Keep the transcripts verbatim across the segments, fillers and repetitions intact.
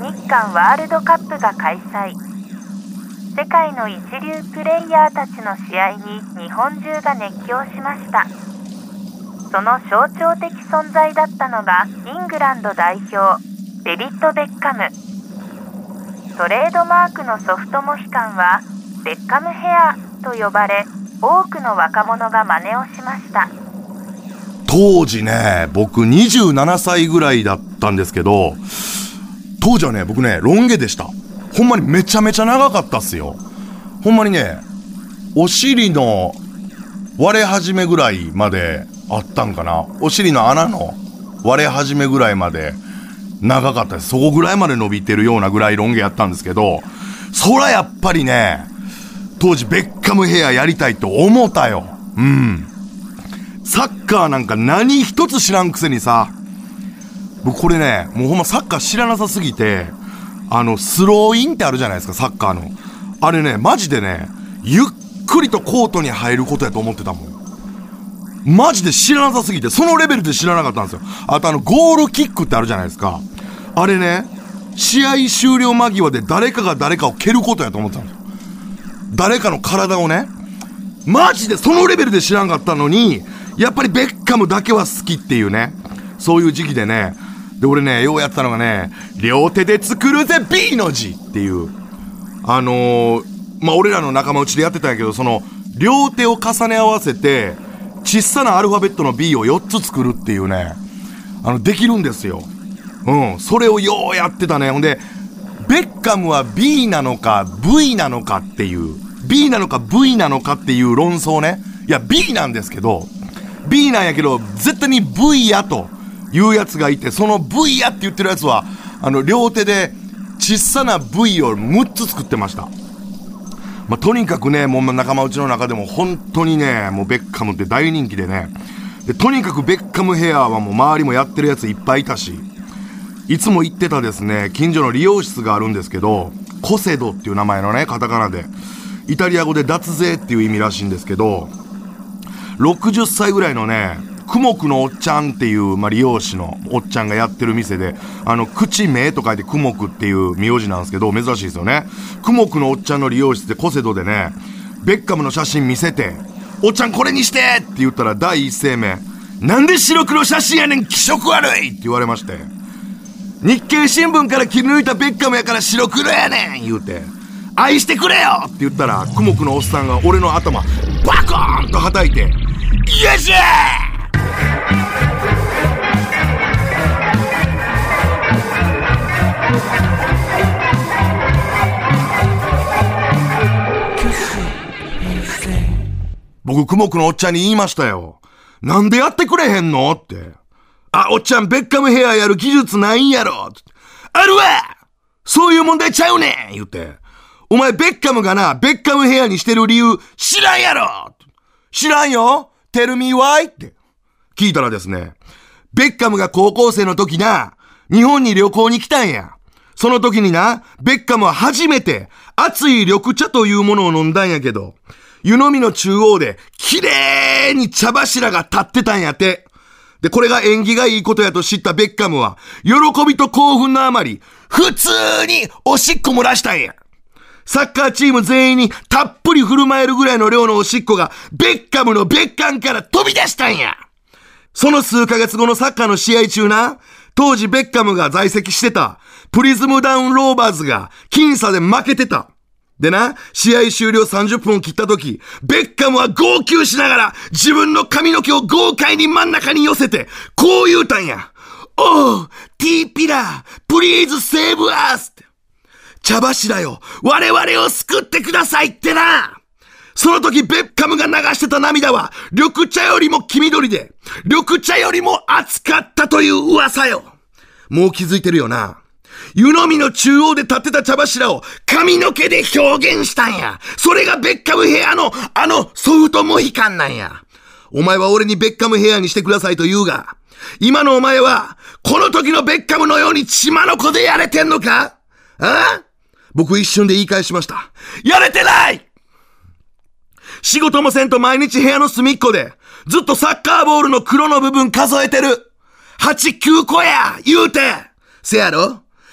日韓ワールドカップが開催。世界の一流プレイヤーたちの試合に日本中が熱狂しました。その象徴的存在だったのがイングランド代表デビッド・ベッカム。トレードマークのソフトモヒカンはベッカムヘアと呼ばれ、多くの若者が真似をしました。 当時ね、僕にじゅうななさいぐらいだったんですけど、当時はね、僕ね、ロン毛でした。ほんまにめちゃめちゃ長かったっすよ。ほんまにね、お尻の割れ始めぐらいまであったんかな。お尻の穴の割れ始めぐらいまで長かったです。そこぐらいまで伸びてるようなぐらいロン毛やったんですけど、そらやっぱりね、当時ベッカムヘアやりたいと思ったよ。うん。サッカーなんか何一つ知らんくせにさ、僕これね、もうほんまサッカー知らなさすぎて、あのスローインってあるじゃないですか、サッカーのあれね、マジでね、ゆっくりとコートに入ることやと思ってたもん。マジで知らなさすぎて、そのレベルで知らなかったんですよ。あとあのゴールキックってあるじゃないですか、あれね、試合終了間際で誰かが誰かを蹴ることやと思ってたんですよ。誰かの体をね、マジでそのレベルで知らんかったのに、やっぱりベッカムだけは好きっていうね、そういう時期でね。で俺ね、ようやったのがね、両手で作るぜ B の字っていう、あのー、まあ俺らの仲間内でやってたんやけど、その両手を重ね合わせて小さなアルファベットの B をよっつ作るっていうね、あのできるんですよ。うん、それをようやってたね。ほんでベッカムは B なのか V なのかっていう、 B なのか V なのかっていう論争ね。いや B なんですけど、 B なんやけど絶対に V やというやつがいて、その V やって言ってるやつはあの両手で小さな V をむっつ作ってました。まあ、とにかくね、もう仲間内の中でも本当にね、もうベッカムって大人気でね、でとにかくベッカムヘアはもう周りもやってるやついっぱいいたし、いつも行ってたですね、近所の理容室があるんですけど、コセドっていう名前のね、カタカナで、イタリア語で脱税っていう意味らしいんですけど、ろくじゅっさいぐらいのね、クモクのおっちゃんっていう、まあ、理容師のおっちゃんがやってる店で、あの口目と書いてクモクっていう名字なんですけど、珍しいですよね。クモクのおっちゃんの理容室でコセドでね、ベッカムの写真見せて、おっちゃんこれにしてって言ったら、第一声目、なんで白黒写真やねん、気色悪いって言われまして、日経新聞から切り抜いたベッカムやから白黒やねん言うて、愛してくれよって言ったら、クモクのおっさんが俺の頭バコーンと叩いて、よっしゃー僕、クモクのおっちゃんに言いましたよ。なんでやってくれへんのって。あ、おっちゃん、ベッカムヘアやる技術ないんやろ。あるわ、そういう問題ちゃうねん言って。お前、ベッカムがな、ベッカムヘアにしてる理由、知らんやろ。知らんよ Tell me why って聞いたらですね、ベッカムが高校生の時な、日本に旅行に来たんや。その時にな、ベッカムは初めて熱い緑茶というものを飲んだんやけど、湯飲みの中央で綺麗に茶柱が立ってたんやて。で、これが縁起がいいことやと知ったベッカムは、喜びと興奮のあまり、普通におしっこ漏らしたんや。サッカーチーム全員にたっぷり振る舞えるぐらいの量のおしっこが、ベッカムの別館から飛び出したんや。その数ヶ月後のサッカーの試合中な、当時ベッカムが在籍してた、プリズムダウンローバーズが、僅差で負けてた。でな、試合終了さんじゅっぷんを切った時、ベッカムは号泣しながら、自分の髪の毛を豪快に真ん中に寄せて、こう言うたんや。おう、T ピラー、プリーズセーブアースって。茶柱よ、我々を救ってくださいってな。その時ベッカムが流してた涙は、緑茶よりも黄緑で、緑茶よりも熱かったという噂よ。もう気づいてるよな。湯飲みの中央で立ってた茶柱を髪の毛で表現したんや。それがベッカムヘアのあのソフトモヒカンなんや。お前は俺にベッカムヘアにしてくださいと言うが、今のお前はこの時のベッカムのように血まの子でやれてんのか？あ？僕一瞬で言い返しました。やれてない！仕事もせんと毎日部屋の隅っこでずっとサッカーボールの黒の部分数えてる。はち、きゅうこや言うて。せやろ？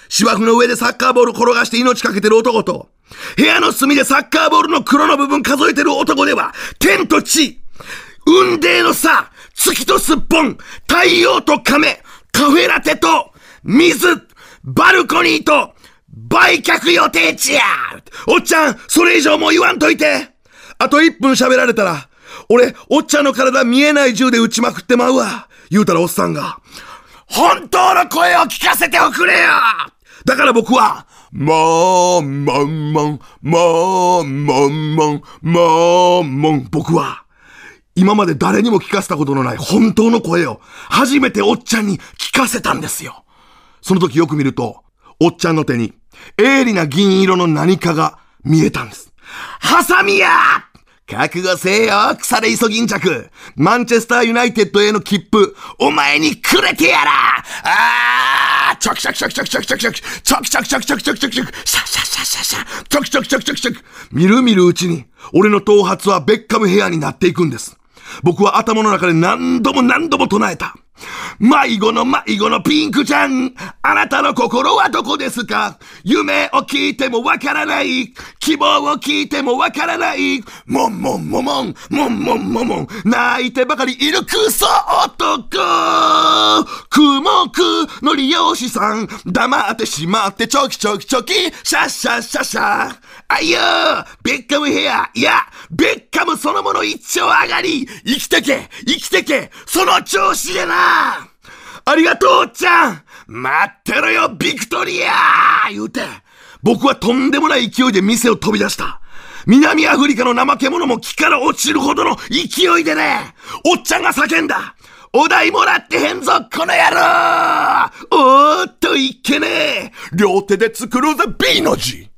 芝生の上でサッカーボール転がして命かけてる男と、部屋の隅でサッカーボールの黒の部分数えてる男では、天と地、雲泥の差、月とすっぽん、太陽と亀、カフェラテと水、バルコニーと売却予定地や。おっちゃん、それ以上もう言わんといて。あといっぷん喋られたら、俺、おっちゃんの体見えない銃で撃ちまくってまうわ。言うたらおっさんが、本当の声を聞かせておくれよ。だから僕は、もんもんもん、もんもんもん、もんもん。僕は、今まで誰にも聞かせたことのない本当の声を初めておっちゃんに聞かせたんですよ。その時よく見ると、おっちゃんの手に鋭利な銀色の何かが見えたんです。ハサミや！覚悟せえよ、腐れイソギンチャク。マンチェスターユナイテッドへの切符、お前にくれてやら。あー、チョキチョキチョキチョキチョキチョキチョキチョキチョキチョキチョキチョキチョキチョキシャシャシャシャシャチョキチョキチョキチョキチョキ。みるみるうちに、俺の頭髪はベッカムヘアになっていくんです。僕は頭の中で何度も何度も唱えた。迷子の迷子のピンクちゃん、あなたの心はどこですか？夢を聞いてもわからない。希望を聞いてもわからない。もんもんももん、もんもんももん、泣いてばかりいるクソ男。雲くの利用師さん、黙ってしまってチョキチョキチョキ、シャッシャッシャッシャ。あいよー、ベッカムヘア、いや、ベッカムそのもの一丁上がり。生きてけ、生きてけ、その調子でな。ありがとうおっちゃん、待ってろよビクトリア言うて、僕はとんでもない勢いで店を飛び出した。南アフリカの怠け者も木から落ちるほどの勢いでね、おっちゃんが叫んだ。お題もらってへんぞこの野郎。おーっといっけねえ、両手で作ろうぜ B の字。